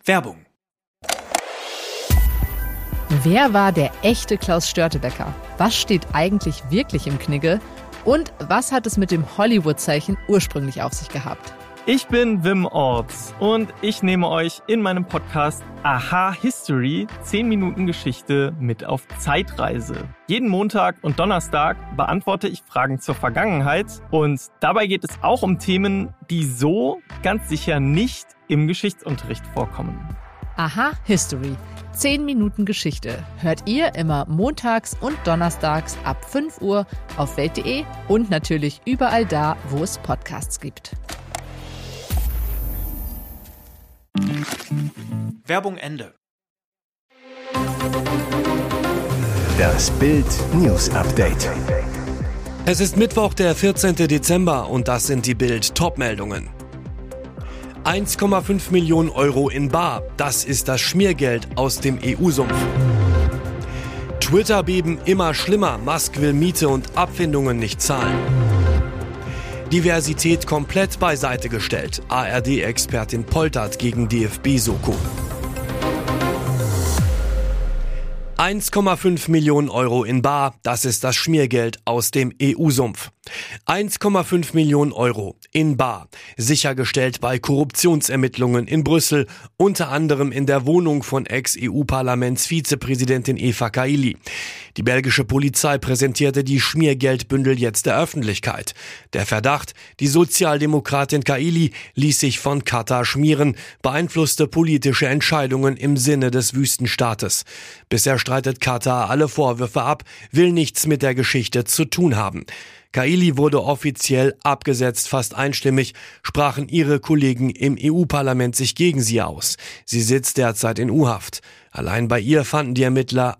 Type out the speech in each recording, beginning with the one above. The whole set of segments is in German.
Werbung. Wer war der echte Klaus Störtebeker? Was steht eigentlich wirklich im Knigge? Und was hat es mit dem Hollywood-Zeichen ursprünglich auf sich gehabt? Ich bin Wim Orts und ich nehme euch in meinem Podcast Aha History 10 Minuten Geschichte mit auf Zeitreise. Jeden Montag und Donnerstag beantworte ich Fragen zur Vergangenheit und dabei geht es auch um Themen, die so ganz sicher nicht im Geschichtsunterricht vorkommen. Aha History 10 Minuten Geschichte hört ihr immer montags und donnerstags ab 5 Uhr auf welt.de und natürlich überall da, wo es Podcasts gibt. Werbung Ende. Das Bild News Update. Es ist Mittwoch, der 14. Dezember und das sind die Bild-Top-Meldungen. 1,5 Millionen Euro in bar, das ist das Schmiergeld aus dem EU-Sumpf. Twitter-Beben immer schlimmer, Musk will Miete und Abfindungen nicht zahlen. Diversität komplett beiseite gestellt, ARD-Expertin poltert gegen DFB-Soko. 1,5 Millionen Euro in bar, das ist das Schmiergeld aus dem EU-Sumpf. 1,5 Millionen Euro in bar, sichergestellt bei Korruptionsermittlungen in Brüssel, unter anderem in der Wohnung von Ex-EU-Parlamentsvizepräsidentin Eva Kaili. Die belgische Polizei präsentierte die Schmiergeldbündel jetzt der Öffentlichkeit. Der Verdacht, die Sozialdemokratin Kaili ließ sich von Katar schmieren, beeinflusste politische Entscheidungen im Sinne des Wüstenstaates. Bisher streitet Katar alle Vorwürfe ab, will nichts mit der Geschichte zu tun haben. Kaili wurde offiziell abgesetzt, fast einstimmig sprachen ihre Kollegen im EU-Parlament sich gegen sie aus. Sie sitzt derzeit in U-Haft. Allein bei ihr fanden die Ermittler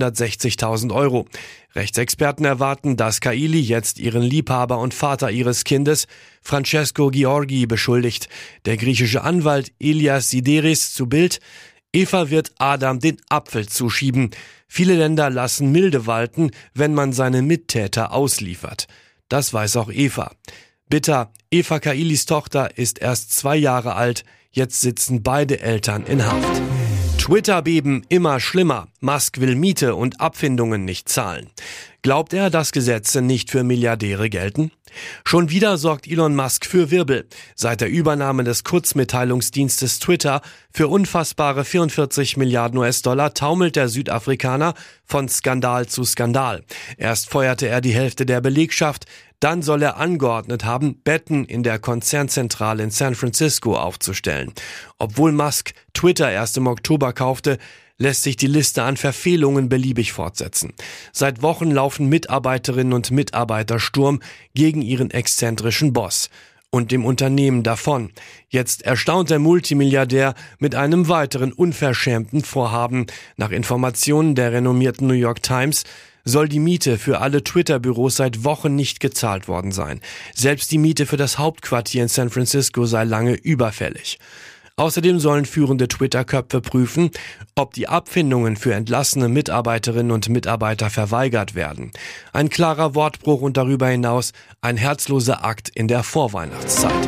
160.000 Euro. Rechtsexperten erwarten, dass Kaili jetzt ihren Liebhaber und Vater ihres Kindes, Francesco Giorgi, beschuldigt. Der griechische Anwalt Elias Sideris zu Bild: Eva wird Adam den Apfel zuschieben. Viele Länder lassen Milde walten, wenn man seine Mittäter ausliefert. Das weiß auch Eva. Bitter, Eva Kailis Tochter ist erst 2 Jahre alt. Jetzt sitzen beide Eltern in Haft. Twitter-Beben immer schlimmer. Musk will Miete und Abfindungen nicht zahlen. Glaubt er, dass Gesetze nicht für Milliardäre gelten? Schon wieder sorgt Elon Musk für Wirbel. Seit der Übernahme des Kurzmitteilungsdienstes Twitter für unfassbare 44 Milliarden US-Dollar taumelt der Südafrikaner von Skandal zu Skandal. Erst feuerte er die Hälfte der Belegschaft, dann soll er angeordnet haben, Betten in der Konzernzentrale in San Francisco aufzustellen. Obwohl Musk Twitter erst im Oktober kaufte, lässt sich die Liste an Verfehlungen beliebig fortsetzen. Seit Wochen laufen Mitarbeiterinnen und Mitarbeiter Sturm gegen ihren exzentrischen Boss und dem Unternehmen davon. Jetzt erstaunt der Multimilliardär mit einem weiteren unverschämten Vorhaben. Nach Informationen der renommierten New York Times soll die Miete für alle Twitter-Büros seit Wochen nicht gezahlt worden sein. Selbst die Miete für das Hauptquartier in San Francisco sei lange überfällig. Außerdem sollen führende Twitter-Köpfe prüfen, ob die Abfindungen für entlassene Mitarbeiterinnen und Mitarbeiter verweigert werden. Ein klarer Wortbruch und darüber hinaus ein herzloser Akt in der Vorweihnachtszeit.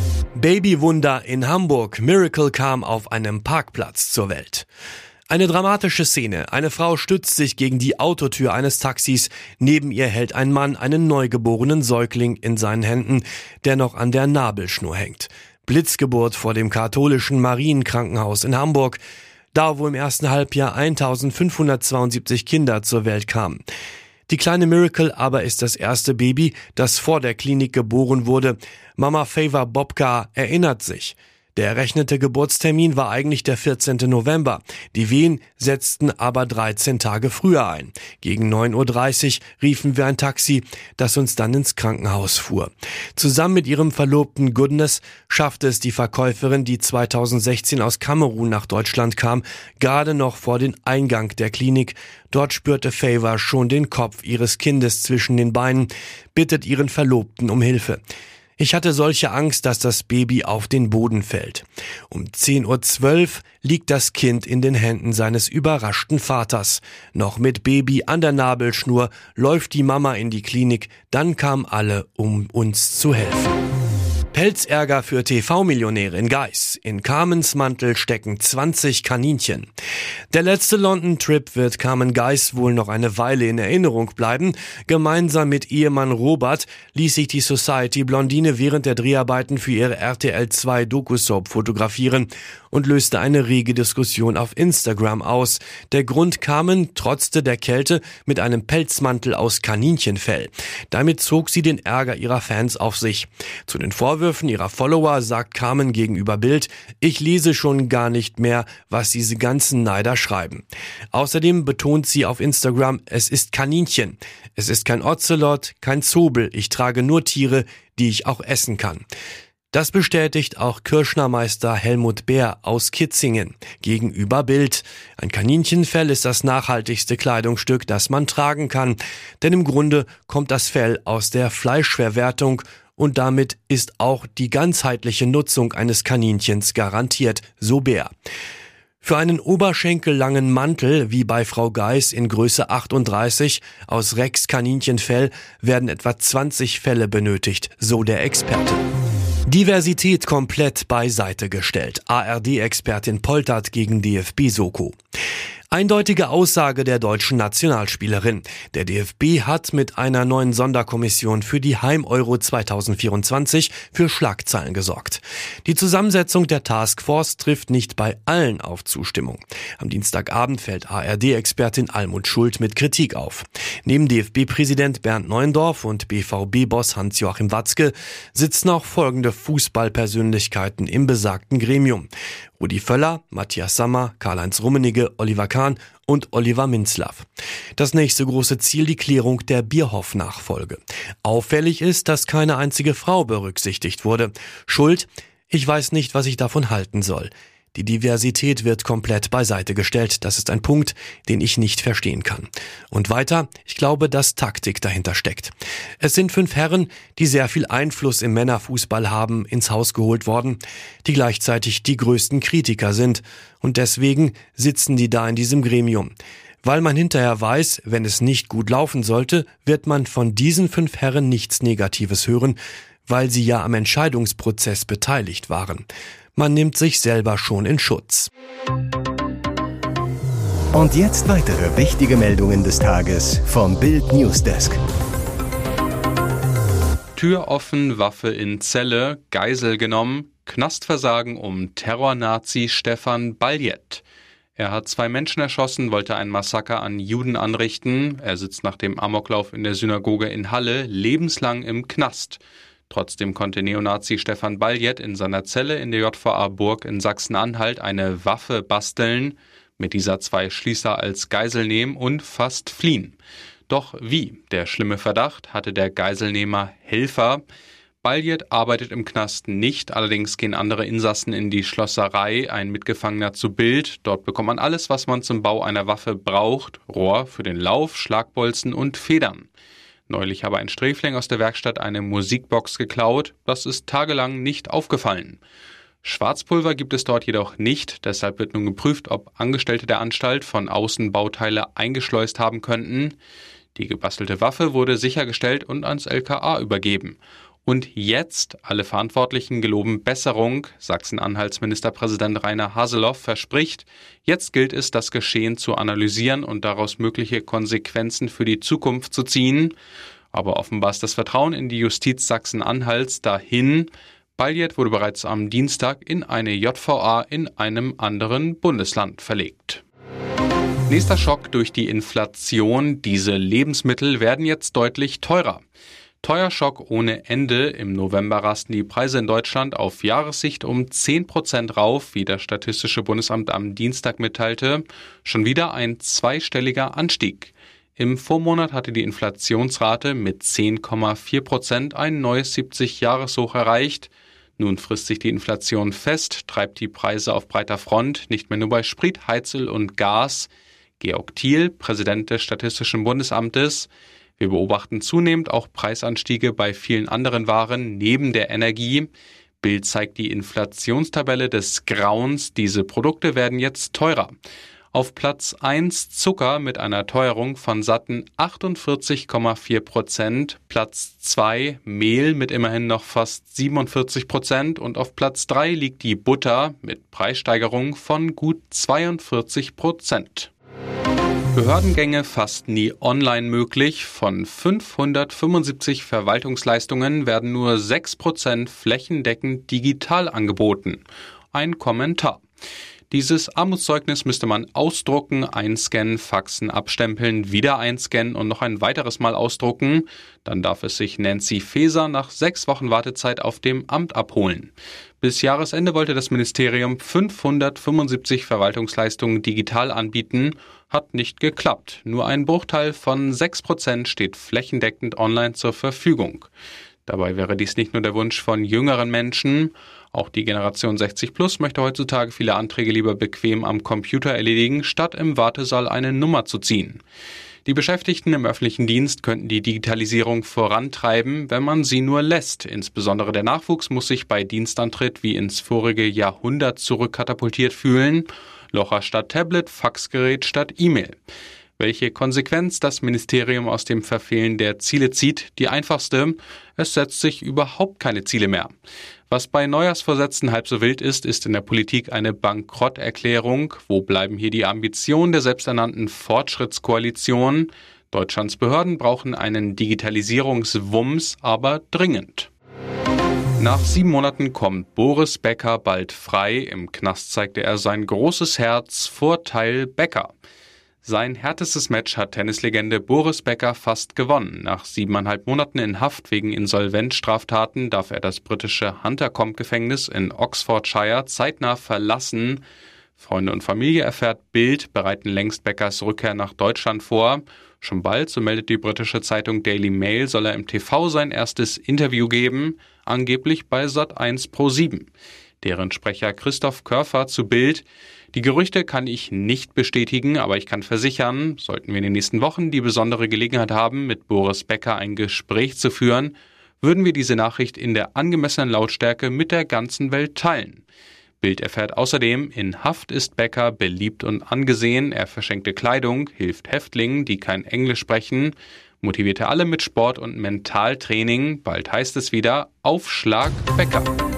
Babywunder in Hamburg. Miracle kam auf einem Parkplatz zur Welt. Eine dramatische Szene. Eine Frau stützt sich gegen die Autotür eines Taxis. Neben ihr hält ein Mann einen neugeborenen Säugling in seinen Händen, der noch an der Nabelschnur hängt. Blitzgeburt vor dem katholischen Marienkrankenhaus in Hamburg, da wo im ersten Halbjahr 1572 Kinder zur Welt kamen. Die kleine Miracle aber ist das erste Baby, das vor der Klinik geboren wurde. Mama Favor Bobka erinnert sich. Der errechnete Geburtstermin war eigentlich der 14. November. Die Wehen setzten aber 13 Tage früher ein. Gegen 9.30 Uhr riefen wir ein Taxi, das uns dann ins Krankenhaus fuhr. Zusammen mit ihrem Verlobten Goodness schaffte es die Verkäuferin, die 2016 aus Kamerun nach Deutschland kam, gerade noch vor den Eingang der Klinik. Dort spürte Favor schon den Kopf ihres Kindes zwischen den Beinen, bittet ihren Verlobten um Hilfe. Ich hatte solche Angst, dass das Baby auf den Boden fällt. Um 10.12 Uhr liegt das Kind in den Händen seines überraschten Vaters. Noch mit Baby an der Nabelschnur läuft die Mama in die Klinik. Dann kamen alle, um uns zu helfen. Pelzärger für TV-Millionäre in Geiss. In Carmens Mantel stecken 20 Kaninchen. Der letzte London-Trip wird Carmen Geiss wohl noch eine Weile in Erinnerung bleiben. Gemeinsam mit Ehemann Robert ließ sich die Society-Blondine während der Dreharbeiten für ihre RTL 2 Doku-Soap fotografieren und löste eine rege Diskussion auf Instagram aus. Der Grund: Carmen trotzte der Kälte mit einem Pelzmantel aus Kaninchenfell. Damit zog sie den Ärger ihrer Fans auf sich. Zu den Vorwürfen ihrer Follower sagt Carmen gegenüber Bild: Ich lese schon gar nicht mehr, was diese ganzen Neider schreiben. Außerdem betont sie auf Instagram: Es ist Kaninchen. Es ist kein Ocelot, kein Zobel. Ich trage nur Tiere, die ich auch essen kann. Das bestätigt auch Kirschnermeister Helmut Bär aus Kitzingen gegenüber Bild. Ein Kaninchenfell ist das nachhaltigste Kleidungsstück, das man tragen kann. Denn im Grunde kommt das Fell aus der Fleischverwertung und damit ist auch die ganzheitliche Nutzung eines Kaninchens garantiert, so Bär. Für einen oberschenkellangen Mantel, wie bei Frau Geiss in Größe 38 aus Rex-Kaninchenfell, werden etwa 20 Felle benötigt, so der Experte. Diversität komplett beiseite gestellt. ARD-Expertin poltert gegen DFB-Soko. Eindeutige Aussage der deutschen Nationalspielerin. Der DFB hat mit einer neuen Sonderkommission für die Heim-Euro 2024 für Schlagzeilen gesorgt. Die Zusammensetzung der Taskforce trifft nicht bei allen auf Zustimmung. Am Dienstagabend fällt ARD-Expertin Almut Schuld mit Kritik auf. Neben DFB-Präsident Bernd Neuendorf und BVB-Boss Hans-Joachim Watzke sitzen auch folgende Fußballpersönlichkeiten im besagten Gremium: Rudi Völler, Matthias Sammer, Karl-Heinz Rummenigge, Oliver Kahn und Oliver Minzlaff. Das nächste große Ziel: die Klärung der Bierhoff-Nachfolge. Auffällig ist, dass keine einzige Frau berücksichtigt wurde. Schuld: Ich weiß nicht, was ich davon halten soll. Die Diversität wird komplett beiseite gestellt. Das ist ein Punkt, den ich nicht verstehen kann. Und weiter: Ich glaube, dass Taktik dahinter steckt. Es sind 5 Herren, die sehr viel Einfluss im Männerfußball haben, ins Haus geholt worden, die gleichzeitig die größten Kritiker sind. Und deswegen sitzen die da in diesem Gremium. Weil man hinterher weiß, wenn es nicht gut laufen sollte, wird man von diesen 5 Herren nichts Negatives hören, weil sie ja am Entscheidungsprozess beteiligt waren. Man nimmt sich selber schon in Schutz. Und jetzt weitere wichtige Meldungen des Tages vom Bild Newsdesk. Tür offen, Waffe in Zelle, Geisel genommen, Knastversagen um Terrornazi Stefan Baljet. Er hat 2 Menschen erschossen, wollte ein Massaker an Juden anrichten. Er sitzt nach dem Amoklauf in der Synagoge in Halle lebenslang im Knast. Trotzdem konnte Neonazi Stefan Baljet in seiner Zelle in der JVA Burg in Sachsen-Anhalt eine Waffe basteln, mit dieser 2 Schließer als Geisel nehmen und fast fliehen. Doch wie? Der schlimme Verdacht hatte der Geiselnehmer Helfer. Baljet arbeitet im Knast nicht, allerdings gehen andere Insassen in die Schlosserei, ein Mitgefangener zu Bild. Dort bekommt man alles, was man zum Bau einer Waffe braucht: Rohr für den Lauf, Schlagbolzen und Federn. Neulich habe ein Sträfling aus der Werkstatt eine Musikbox geklaut. Das ist tagelang nicht aufgefallen. Schwarzpulver gibt es dort jedoch nicht. Deshalb wird nun geprüft, ob Angestellte der Anstalt von außen Bauteile eingeschleust haben könnten. Die gebastelte Waffe wurde sichergestellt und ans LKA übergeben. Und jetzt: Alle Verantwortlichen geloben Besserung. Sachsen-Anhalts Ministerpräsident Rainer Haseloff verspricht: Jetzt gilt es, das Geschehen zu analysieren und daraus mögliche Konsequenzen für die Zukunft zu ziehen. Aber offenbar ist das Vertrauen in die Justiz Sachsen-Anhalts dahin. Baljet wurde bereits am Dienstag in eine JVA in einem anderen Bundesland verlegt. Nächster Schock durch die Inflation. Diese Lebensmittel werden jetzt deutlich teurer. Teuerschock ohne Ende. Im November rasten die Preise in Deutschland auf Jahressicht um 10% rauf, wie das Statistische Bundesamt am Dienstag mitteilte. Schon wieder ein zweistelliger Anstieg. Im Vormonat hatte die Inflationsrate mit 10,4% ein neues 70-Jahreshoch erreicht. Nun frisst sich die Inflation fest, treibt die Preise auf breiter Front, nicht mehr nur bei Sprit, Heizöl und Gas. Georg Thiel, Präsident des Statistischen Bundesamtes: Wir beobachten zunehmend auch Preisanstiege bei vielen anderen Waren neben der Energie. Bild zeigt die Inflationstabelle des Grauens. Diese Produkte werden jetzt teurer. Auf Platz 1 Zucker mit einer Teuerung von satten 48,4%, Platz 2 Mehl mit immerhin noch fast 47% und auf Platz 3 liegt die Butter mit Preissteigerung von gut 42%. Behördengänge fast nie online möglich. Von 575 Verwaltungsleistungen werden nur 6% flächendeckend digital angeboten. Ein Kommentar. Dieses Armutszeugnis müsste man ausdrucken, einscannen, faxen, abstempeln, wieder einscannen und noch ein weiteres Mal ausdrucken. Dann darf es sich Nancy Faeser nach 6 Wochen Wartezeit auf dem Amt abholen. Bis Jahresende wollte das Ministerium 575 Verwaltungsleistungen digital anbieten. Hat nicht geklappt. Nur ein Bruchteil von 6% steht flächendeckend online zur Verfügung. Dabei wäre dies nicht nur der Wunsch von jüngeren Menschen. Auch die Generation 60+ möchte heutzutage viele Anträge lieber bequem am Computer erledigen, statt im Wartesaal eine Nummer zu ziehen. Die Beschäftigten im öffentlichen Dienst könnten die Digitalisierung vorantreiben, wenn man sie nur lässt. Insbesondere der Nachwuchs muss sich bei Dienstantritt wie ins vorige Jahrhundert zurückkatapultiert fühlen. Locher statt Tablet, Faxgerät statt E-Mail. Welche Konsequenz das Ministerium aus dem Verfehlen der Ziele zieht? Die einfachste: Es setzt sich überhaupt keine Ziele mehr. Was bei Neujahrsvorsätzen halb so wild ist, ist in der Politik eine Bankrotterklärung. Wo bleiben hier die Ambitionen der selbsternannten Fortschrittskoalition? Deutschlands Behörden brauchen einen Digitalisierungswumms, aber dringend. Nach 7 Monaten kommt Boris Becker bald frei. Im Knast zeigte er sein großes Herz, Vorteil Becker. Sein härtestes Match hat Tennislegende Boris Becker fast gewonnen. Nach 7,5 Monaten in Haft wegen Insolvenzstraftaten darf er das britische Hunter-Combe-Gefängnis in Oxfordshire zeitnah verlassen. Freunde und Familie, erfährt Bild, bereiten längst Beckers Rückkehr nach Deutschland vor. Schon bald, so meldet die britische Zeitung Daily Mail, soll er im TV sein erstes Interview geben, angeblich bei Sat1 Pro7. Deren Sprecher Christoph Körfer zu Bild: Die Gerüchte kann ich nicht bestätigen, aber ich kann versichern, sollten wir in den nächsten Wochen die besondere Gelegenheit haben, mit Boris Becker ein Gespräch zu führen, würden wir diese Nachricht in der angemessenen Lautstärke mit der ganzen Welt teilen. Bild erfährt außerdem, in Haft ist Becker beliebt und angesehen, er verschenkte Kleidung, hilft Häftlingen, die kein Englisch sprechen, motivierte alle mit Sport und Mentaltraining. Bald heißt es wieder: Aufschlag Becker.